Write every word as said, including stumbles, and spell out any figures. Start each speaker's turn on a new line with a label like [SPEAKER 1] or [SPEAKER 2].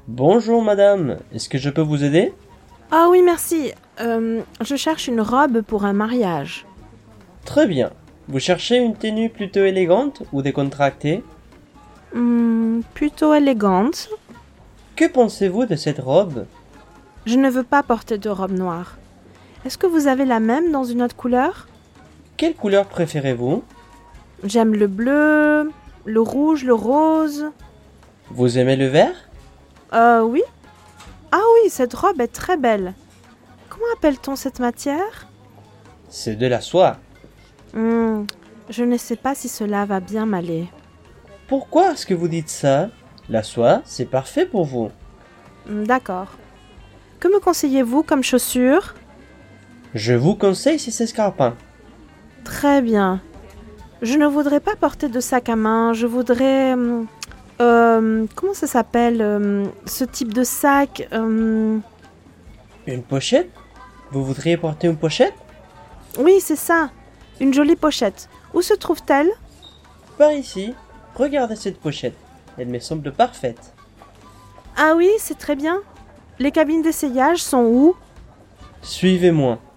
[SPEAKER 1] Bonjour madame, est-ce que je peux vous aider?
[SPEAKER 2] Ah oui, merci. Euh, je cherche une robe pour un mariage.
[SPEAKER 1] Très bien. Vous cherchez une tenue plutôt élégante ou décontractée?
[SPEAKER 2] Hmm, plutôt élégante.
[SPEAKER 1] Que pensez-vous de cette robe?
[SPEAKER 2] Je ne veux pas porter de robe noire. Est-ce que vous avez la même dans une autre couleur?
[SPEAKER 1] Quelle couleur préférez-vous?
[SPEAKER 2] J'aime le bleu, le rouge, le rose.
[SPEAKER 1] Vous aimez le vert?
[SPEAKER 2] Euh, oui. Ah oui, cette robe est très belle. Comment appelle-t-on cette matière?
[SPEAKER 1] C'est de la soie.
[SPEAKER 2] Hmm, je ne sais pas si cela va bien m'aller.
[SPEAKER 1] Pourquoi est-ce que vous dites ça? La soie, c'est parfait pour vous.
[SPEAKER 2] Hmm, d'accord. Que me conseillez-vous comme chaussures?
[SPEAKER 1] Je vous conseille ces escarpins.
[SPEAKER 2] Très bien. Je ne voudrais pas porter de sac à main. Je voudrais... hum, euh, comment ça s'appelle hum, ce type de sac hum,
[SPEAKER 1] Une pochette? Vous voudriez porter une pochette?
[SPEAKER 2] Oui, c'est ça. Une jolie pochette. Où se trouve-t-elle?
[SPEAKER 1] Par ici. Regardez cette pochette. Elle me semble parfaite.
[SPEAKER 2] Ah oui, c'est très bien. Les cabines d'essayage sont où?
[SPEAKER 1] Suivez-moi.